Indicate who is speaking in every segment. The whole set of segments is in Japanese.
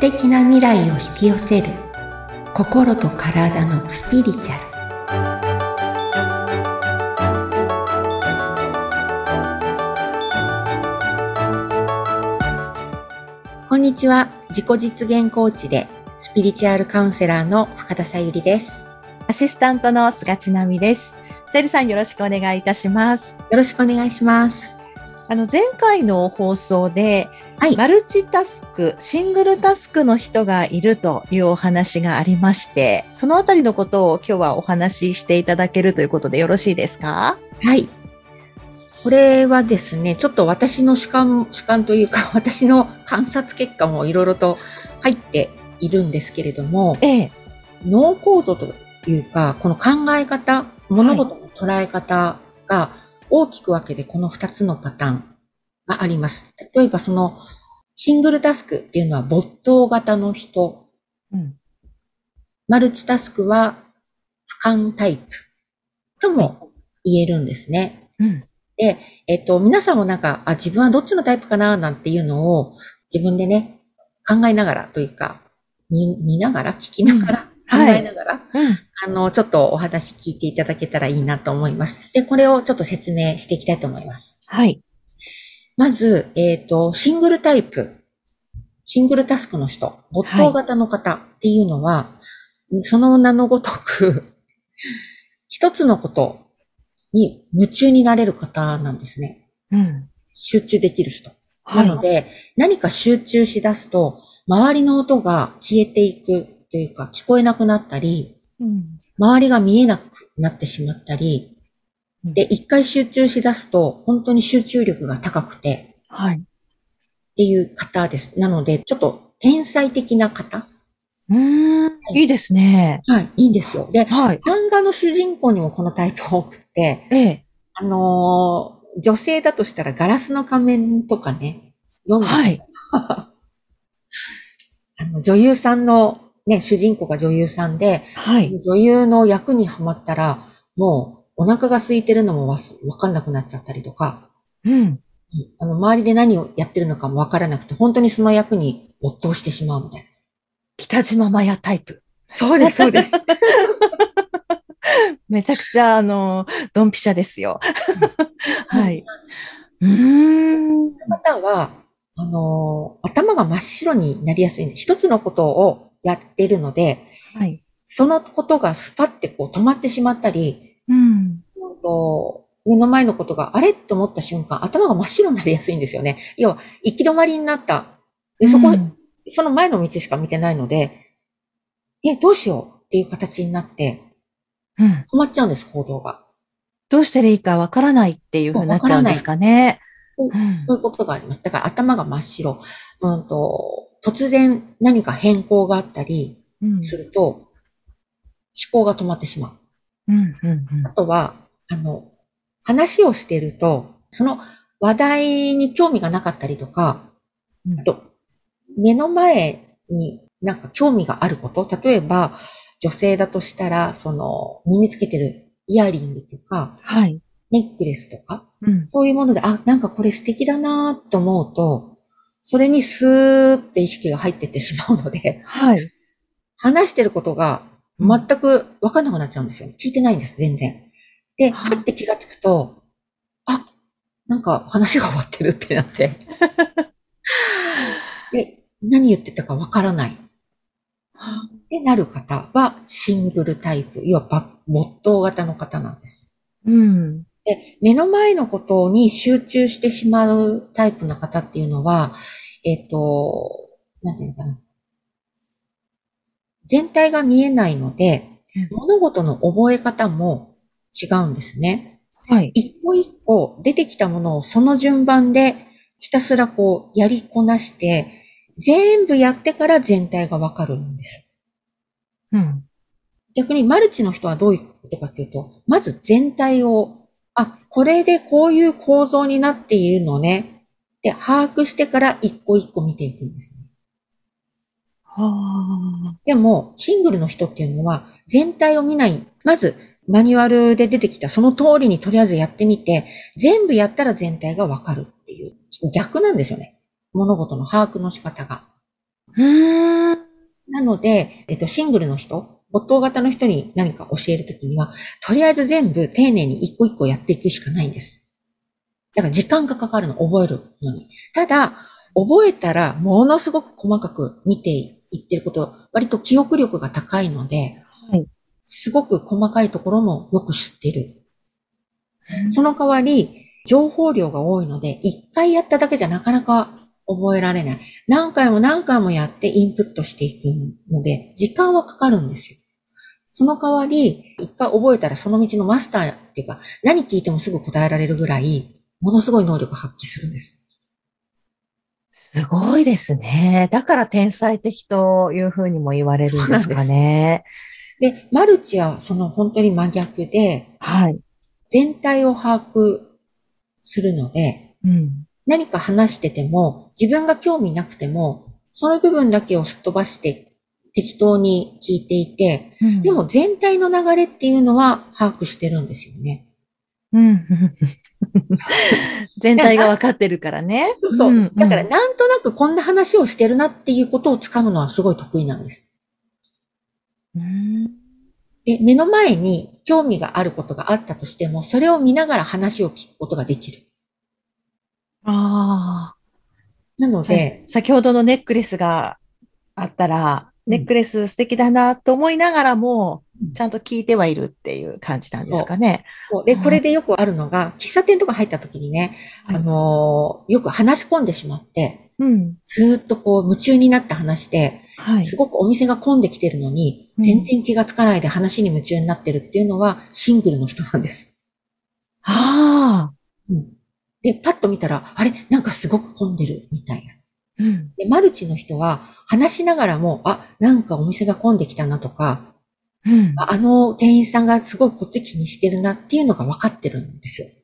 Speaker 1: 敵な未来を引き寄せる心と体のスピリチュアル。こんにちは。自己実現コーチでスピリチュアルカウンセラーの深田さゆりです。
Speaker 2: アシスタントの菅千奈美です。さゆりさん、よろしくお願いいたします。
Speaker 1: よろしくお願いします。
Speaker 2: 前回の放送で、
Speaker 1: はい、
Speaker 2: マルチタスク、シングルタスクの人がいるというお話がありまして、そのあたりのことを今日はお話ししていただけるということでよろしいですか？
Speaker 1: はい。これはですね、ちょっと私の主観というか、私の観察結果もいろいろと入っているんですけれども、脳構造というか、この考え方、物事の捉え方が大きく分けてこの2つのパターンがあります。例えばそのシングルタスクっていうのは没頭型の人、マルチタスクは俯瞰タイプとも言えるんですね。で、皆さんもなんか、自分はどっちのタイプかななんていうのを自分でね、考えながらというか、見ながら、聞きながら、考えながら、ちょっとお話聞いていただけたらいいなと思います。で、これをちょっと説明していきたいと思います。
Speaker 2: はい。
Speaker 1: まず、シングルタイプ、シングルタスクの人、没頭型の方っていうのは、その名のごとく、一つのことに夢中になれる方なんですね。集中できる人。なので、何か集中しだすと、周りの音が消えていくというか、聞こえなくなったり、周りが見えなくなってしまったり、で、一回集中しだすと、本当に集中力が高くて、っていう方です。なので、ちょっと天才的な方。
Speaker 2: いいですね。
Speaker 1: はい、いいんですよ。で、漫画の主人公にもこのタイプ多くて、女性だとしたらガラスの仮面とかね、読んだ女優さんのね、主人公が女優さんで、女優の役にはまったら、もうお腹が空いてるのもわかんなくなっちゃったりとか、周りで何をやってるのかもわからなくて、本当にその役に没頭してしまうみたいな。
Speaker 2: 北島マヤタイプ。
Speaker 1: そうです、そうです。
Speaker 2: めちゃくちゃ、ドンピシャですよ。はい。
Speaker 1: この方は、頭が真っ白になりやすいんで、一つのことをやってるので、そのことがスパッてこう止まってしまったり、目の前のことがあれと思った瞬間、頭が真っ白になりやすいんですよね。要は、行き止まりになった。で、その前の道しか見てないので、どうしようっていう形になって、止まっちゃうんです、行動が。
Speaker 2: どうしたらいいかわからないっていうふうになっちゃうんですかね。
Speaker 1: そういうことがあります。だから頭が真っ白。突然何か変更があったりすると、思考が止まってしまう。あとは、話をしていると、その話題に興味がなかったりとか、あと、目の前になんか興味があること、例えば、女性だとしたら、身につけてるイヤリングとか、ネックレスとか、そういうもので、なんかこれ素敵だなと思うと、それにスーって意識が入ってってしまうので、話してることが全くわかんなくなっちゃうんですよね。聞いてないんです、全然。で、パッて気がつくと、なんか話が終わってるってなって。で、何言ってたかわからない。ってなる方はシングルタイプ、要は没頭型の方なんです。で、目の前のことに集中してしまうタイプの方っていうのは、なんていうのかな。全体が見えないので、物事の覚え方も違うんですね。一個一個出てきたものをその順番でひたすらこうやりこなして、全部やってから全体がわかるんです。逆にマルチの人はどういうことかっていうと、まず全体を、これでこういう構造になっているのね。で、把握してから一個一個見ていくんですね。でも、シングルの人っていうのは、全体を見ない。まず、マニュアルで出てきたその通りにとりあえずやってみて、全部やったら全体がわかるっていう、逆なんですよね。物事の把握の仕方が。 なので、シングルの人、没頭型の人に何か教えるときには、とりあえず全部丁寧に一個一個やっていくしかないんです。だから時間がかかるの、覚えるのに。ただ、覚えたらものすごく細かく見ていってること、割と記憶力が高いので、はい、すごく細かいところもよく知ってる。その代わり、情報量が多いので、一回やっただけじゃなかなか覚えられない。何回も何回もやってインプットしていくので、時間はかかるんですよ。その代わり、一回覚えたらその道のマスターっていうか、何聞いてもすぐ答えられるぐらい、ものすごい能力を発揮するんです。
Speaker 2: すごいですね。だから天才的というふうにも言われるんですかね。
Speaker 1: で、マルチはその本当に真逆で、
Speaker 2: はい。
Speaker 1: 全体を把握するので、何か話してても、自分が興味なくても、その部分だけをすっ飛ばして適当に聞いていて、でも全体の流れっていうのは把握してるんですよね。
Speaker 2: 全体が分かってるからね。
Speaker 1: そうそう。だからなんとなくこんな話をしてるなっていうことをつかむのはすごい得意なんです。で、目の前に興味があることがあったとしても、それを見ながら話を聞くことができる。
Speaker 2: ああ。
Speaker 1: なので、
Speaker 2: 先ほどのネックレスがあったら、ネックレス素敵だなと思いながらも、ちゃんと聞いてはいるっていう感じなんですかね。
Speaker 1: そう。で、これでよくあるのが、喫茶店とか入った時にね、よく話し込んでしまって、ずーっとこう夢中になって話して、すごくお店が混んできてるのに、全然気がつかないで話に夢中になってるっていうのはシングルの人なんです。で、パッと見たら、あれなんかすごく混んでるみたいな。で、マルチの人は話しながらも、なんかお店が混んできたなとか、あの店員さんがすごいこっち気にしてるなっていうのが分かってるんですよ。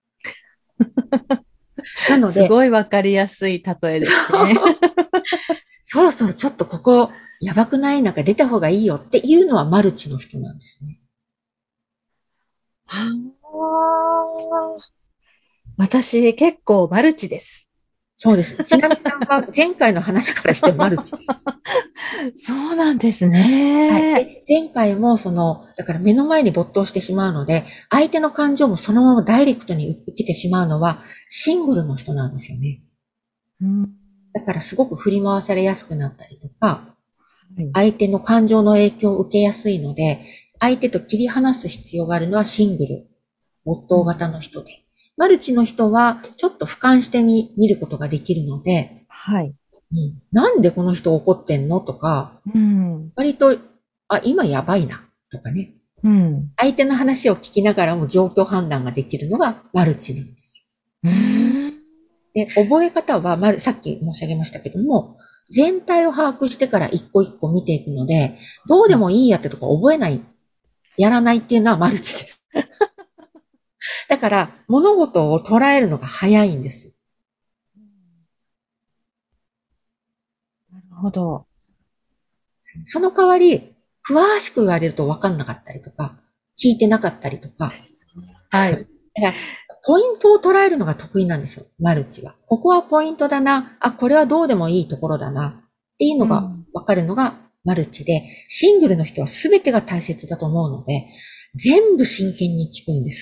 Speaker 1: なので。
Speaker 2: すごい分かりやすい例えですね。
Speaker 1: そろそろちょっとここやばくない？なんか出た方がいいよっていうのはマルチの人なんですね。
Speaker 2: 私結構マルチです。
Speaker 1: そうです。ちなみさんは前回の話からしてマルチです。
Speaker 2: そうなんですね。
Speaker 1: はい。で、前回もだから目の前に没頭してしまうので、相手の感情もそのままダイレクトに受けてしまうのはシングルの人なんですよね。だからすごく振り回されやすくなったりとか、相手の感情の影響を受けやすいので、相手と切り離す必要があるのはシングル、没頭型の人で。マルチの人はちょっと俯瞰して見ることができるので、なんでこの人怒ってんのとか、割と、今やばいなとかね、相手の話を聞きながらも状況判断ができるのがマルチなんですよ。で、覚え方は、さっき申し上げましたけども、全体を把握してから一個一個見ていくので、どうでもいいやってとこ覚えない、やらないっていうのはマルチです。だから、物事を捉えるのが早いんです。
Speaker 2: なるほど。
Speaker 1: その代わり、詳しく言われると分かんなかったりとか、聞いてなかったりとか。はい。だから、ポイントを捉えるのが得意なんですよ、マルチは。ここはポイントだな。これはどうでもいいところだな。っていうのが分かるのがマルチで、シングルの人は全てが大切だと思うので、全部真剣に聞くんです。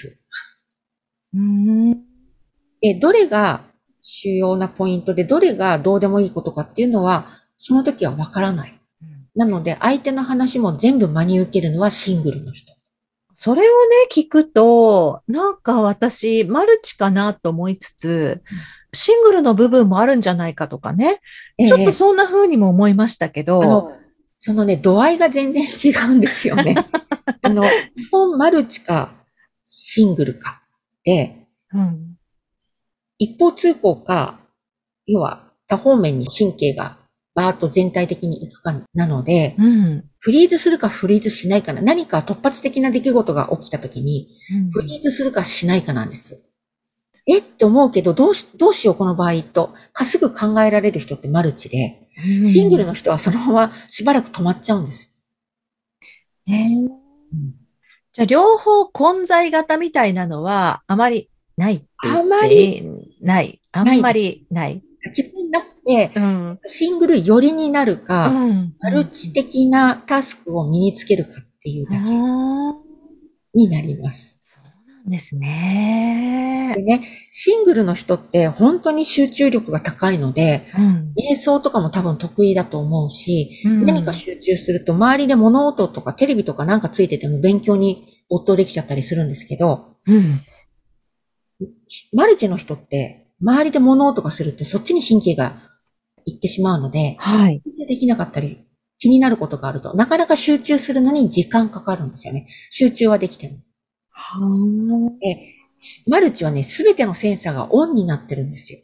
Speaker 1: で、どれが主要なポイントで、どれがどうでもいいことかっていうのは、その時は分からない。なので、相手の話も全部真に受けるのはシングルの人。
Speaker 2: それをね、聞くと、なんか私、マルチかなと思いつつ、シングルの部分もあるんじゃないかとかね。ちょっとそんな風にも思いましたけど。
Speaker 1: そのね、度合いが全然違うんですよね。基本マルチかシングルかで、一方通行か、要は多方面に神経がバーッと全体的に行くかなので、フリーズするかフリーズしないかな。何か突発的な出来事が起きた時に、フリーズするかしないかなんです。って思うけど、どうしようこの場合と、すぐ考えられる人ってマルチで、シングルの人はそのまましばらく止まっちゃうんです。
Speaker 2: じゃあ両方混在型みたいなのはあまりないって言ってない。あんまりない。
Speaker 1: 基本なくて、シングル寄りになるか、マルチ的なタスクを身につけるかっていうだけになります。
Speaker 2: そうなんですね。
Speaker 1: でね、シングルの人って本当に集中力が高いので、瞑想とかも多分得意だと思うし、何か集中すると周りで物音とかテレビとかなんかついてても勉強に没頭できちゃったりするんですけど、マルチの人って周りで物音がするとそっちに神経がいってしまうので、集中できなかったり気になることがあると、なかなか集中するのに時間かかるんですよね。集中はできても。でマルチはね、すべてのセンサーがオンになってるんですよ。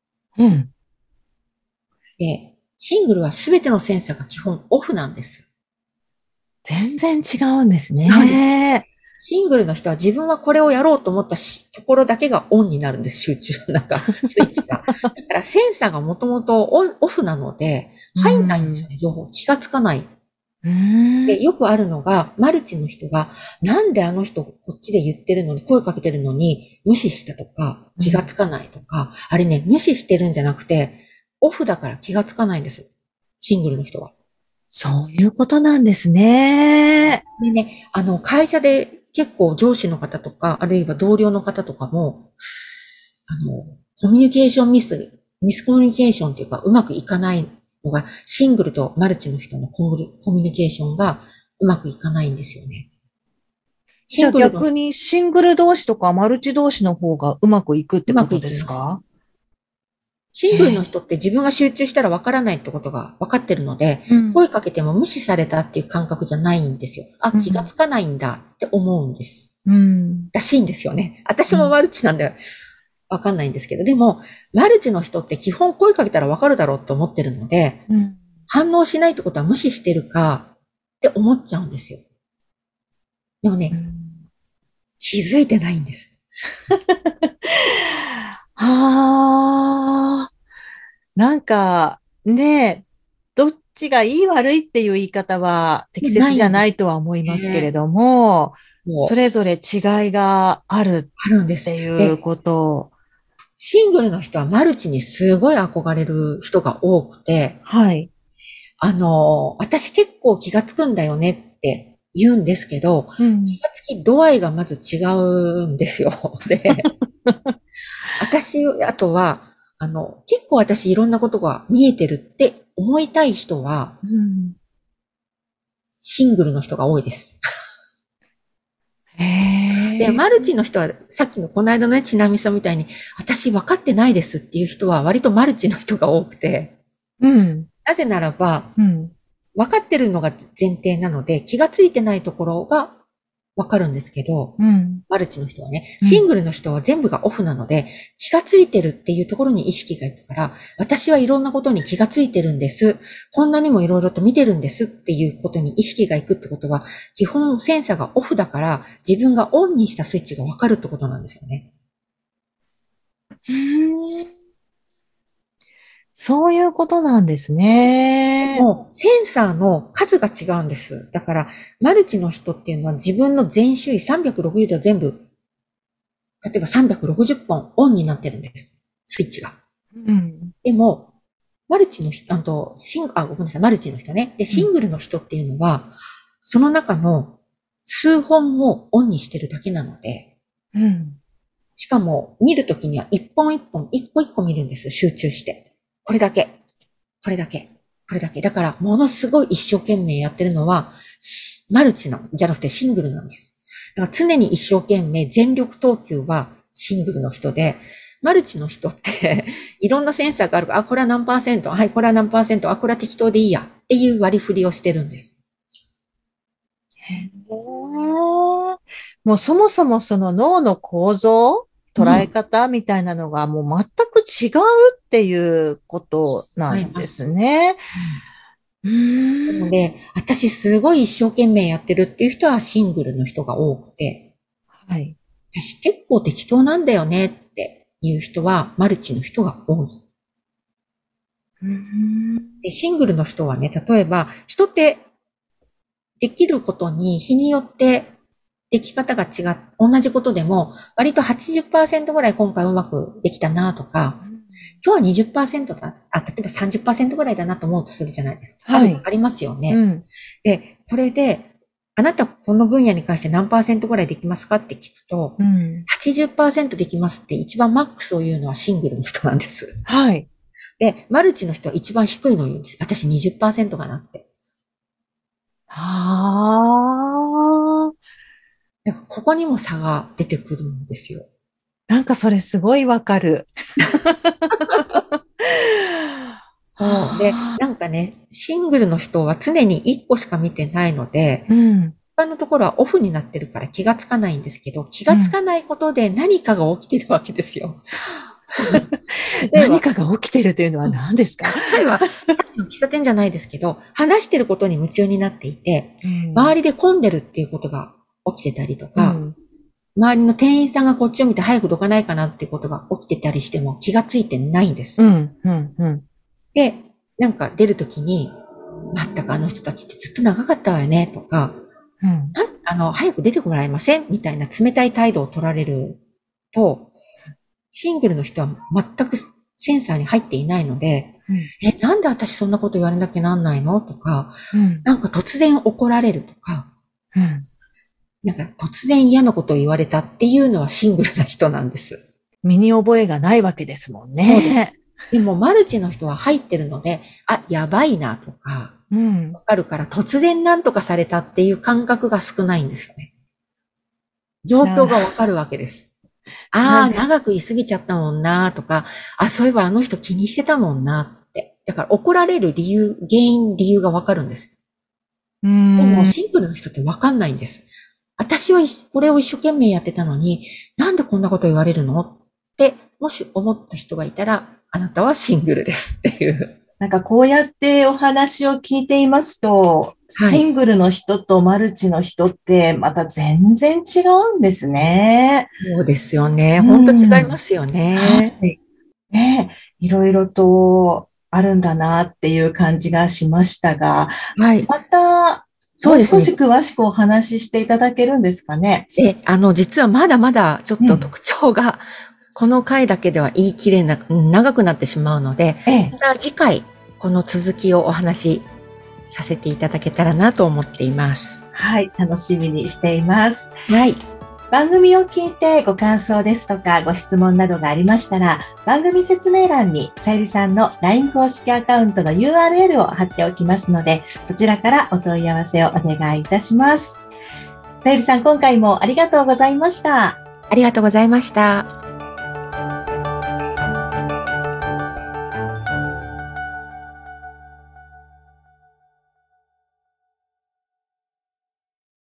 Speaker 1: で、シングルはすべてのセンサーが基本オフなんです。
Speaker 2: 全然違うんですね。違うんです。
Speaker 1: シングルの人は自分はこれをやろうと思ったところだけがオンになるんです、集中なんか、スイッチが。だからセンサーがもともとオフなので、入んないんですよね、情報。気がつかない。で、よくあるのが、マルチの人が、なんであの人こっちで言ってるのに、声かけてるのに、無視したとか、気がつかないとか、あれね、無視してるんじゃなくて、オフだから気がつかないんです。シングルの人は。
Speaker 2: そういうことなんですね。
Speaker 1: でね、会社で結構上司の方とか、あるいは同僚の方とかも、コミュニケーションミスコミュニケーションっていうか、うまくいかないのが、シングルとマルチの人のコミュニケーションがうまくいかないんですよね。
Speaker 2: じゃあ逆にシングル同士とかマルチ同士の方がうまくいくってことですか？
Speaker 1: シングルの人って自分が集中したらわからないってことが分かってるので、声かけても無視されたっていう感覚じゃないんですよ。あ、気がつかないんだって思うんです。らしいんですよね。私もマルチなんでわかんないんですけど、でも、マルチの人って基本声かけたらわかるだろうって思ってるので、反応しないってことは無視してるかって思っちゃうんですよ。でもね、気づいてないんです。
Speaker 2: なんか、ね、どっちがいい悪いっていう言い方は適切じゃないとは思いますけれども、それぞれ違いがあるっていうことを。
Speaker 1: シングルの人はマルチにすごい憧れる人が多くて、私結構気がつくんだよねって言うんですけど、気がつき度合いがまず違うんですよ。で、あとは、結構私いろんなことが見えてるって思いたい人は、シングルの人が多いです。で、マルチの人は、さっきのこの間のね、ちなみさんみたいに、私分かってないですっていう人は割とマルチの人が多くて、なぜならば、分かってるのが前提なので、気がついてないところが分かるんですけど、マルチの人はね、シングルの人は全部がオフなので、気がついてるっていうところに意識がいくから、私はいろんなことに気がついてるんです。こんなにもいろいろと見てるんですっていうことに意識がいくってことは、基本センサーがオフだから、自分がオンにしたスイッチが分かるってことなんですよね。
Speaker 2: そういうことなんですね。
Speaker 1: でも、センサーの数が違うんです。だから、マルチの人っていうのは自分の全周囲360度全部、例えば360本オンになってるんです。スイッチが。でも、マルチの人、ごめんなさい、マルチの人ね。で、シングルの人っていうのは、その中の数本をオンにしてるだけなので、しかも、見るときには一本一本、一個一個見るんです。集中して。これだけ。これだけ。これだけ。だから、ものすごい一生懸命やってるのは、マルチじゃなくてシングルなんです。だから常に一生懸命全力投球はシングルの人で、マルチの人っていろんなセンサーがあるから、あ、これは何パーセント、はい、これは何パーセント、あ、これは適当でいいやっていう割り振りをしてるんです。
Speaker 2: もうそもそもその脳の構造、捉え方みたいなのがもう全く違うっていうことなんですね。
Speaker 1: なので、私すごい一生懸命やってるっていう人はシングルの人が多くて、私結構適当なんだよねっていう人はマルチの人が多い。でシングルの人はね、例えば人ってできることに日によってでき方が違う、同じことでも割と 80% ぐらい今回うまくできたなとか、 今日は 20% だ。例えば 30% ぐらいだなと思うとするじゃないですか。
Speaker 2: はい。
Speaker 1: ありますよね。で、これで、あなたこの分野に関して何%ぐらいできますかって聞くと、80% できますって一番マックスを言うのはシングルの人なんです。
Speaker 2: はい。
Speaker 1: で、マルチの人は一番低いのを言うんです。私 20% かなって。
Speaker 2: はあ。
Speaker 1: だからここにも差が出てくるんですよ。
Speaker 2: なんかそれすごいわかる。
Speaker 1: そう。で、なんかね、シングルの人は常に1個しか見てないので、他のところはオフになってるから気がつかないんですけど、気がつかないことで何かが起きてるわけですよ。
Speaker 2: 何かが起きてるというのは何ですか？
Speaker 1: 例えば、喫茶店じゃないですけど、話してることに夢中になっていて、周りで混んでるっていうことが起きてたりとか、周りの店員さんがこっちを見て早くどかないかなっていうことが起きてたりしても気がついてないんです。で、なんか出るときに、まったくあの人たちってずっと長かったわよね、とか、早く出てもらえませんみたいな冷たい態度を取られると、シングルの人は全くセンサーに入っていないので、なんで私そんなこと言われなきゃなんないのとか、なんか突然怒られるとか、なんか突然嫌なことを言われたっていうのはシングルな人なんです。
Speaker 2: 身に覚えがないわけですもんね。そうです。
Speaker 1: でもマルチの人は入ってるので、やばいなとか、わかるから突然なんとかされたっていう感覚が少ないんですよね。状況がわかるわけです。長く言い過ぎちゃったもんなとか、そういえばあの人気にしてたもんなって。だから怒られる理由がわかるんです。でもシングルの人ってわかんないんです。私はこれを一生懸命やってたのに、なんでこんなこと言われるのって、もし思った人がいたら、あなたはシングルですっていう。
Speaker 2: なんかこうやってお話を聞いていますと、シングルの人とマルチの人ってまた全然違うんですね。
Speaker 1: そうですよね。本当違いますよね。
Speaker 2: はい。ね、いろいろとあるんだなっていう感じがしましたが、また、もう少し詳しくお話ししていただけるんですかね。
Speaker 1: 実はまだまだちょっと特徴が、この回だけでは言い切れなく、長くなってしまうので、また次回、この続きをお話しさせていただけたらなと思っています。
Speaker 2: はい、楽しみにしています。
Speaker 1: はい。
Speaker 2: 番組を聞いてご感想ですとかご質問などがありましたら、番組説明欄にさゆりさんの LINE 公式アカウントの URL を貼っておきますので、そちらからお問い合わせをお願いいたします。さゆりさん、今回もありがとうございました。
Speaker 1: ありがとうございました。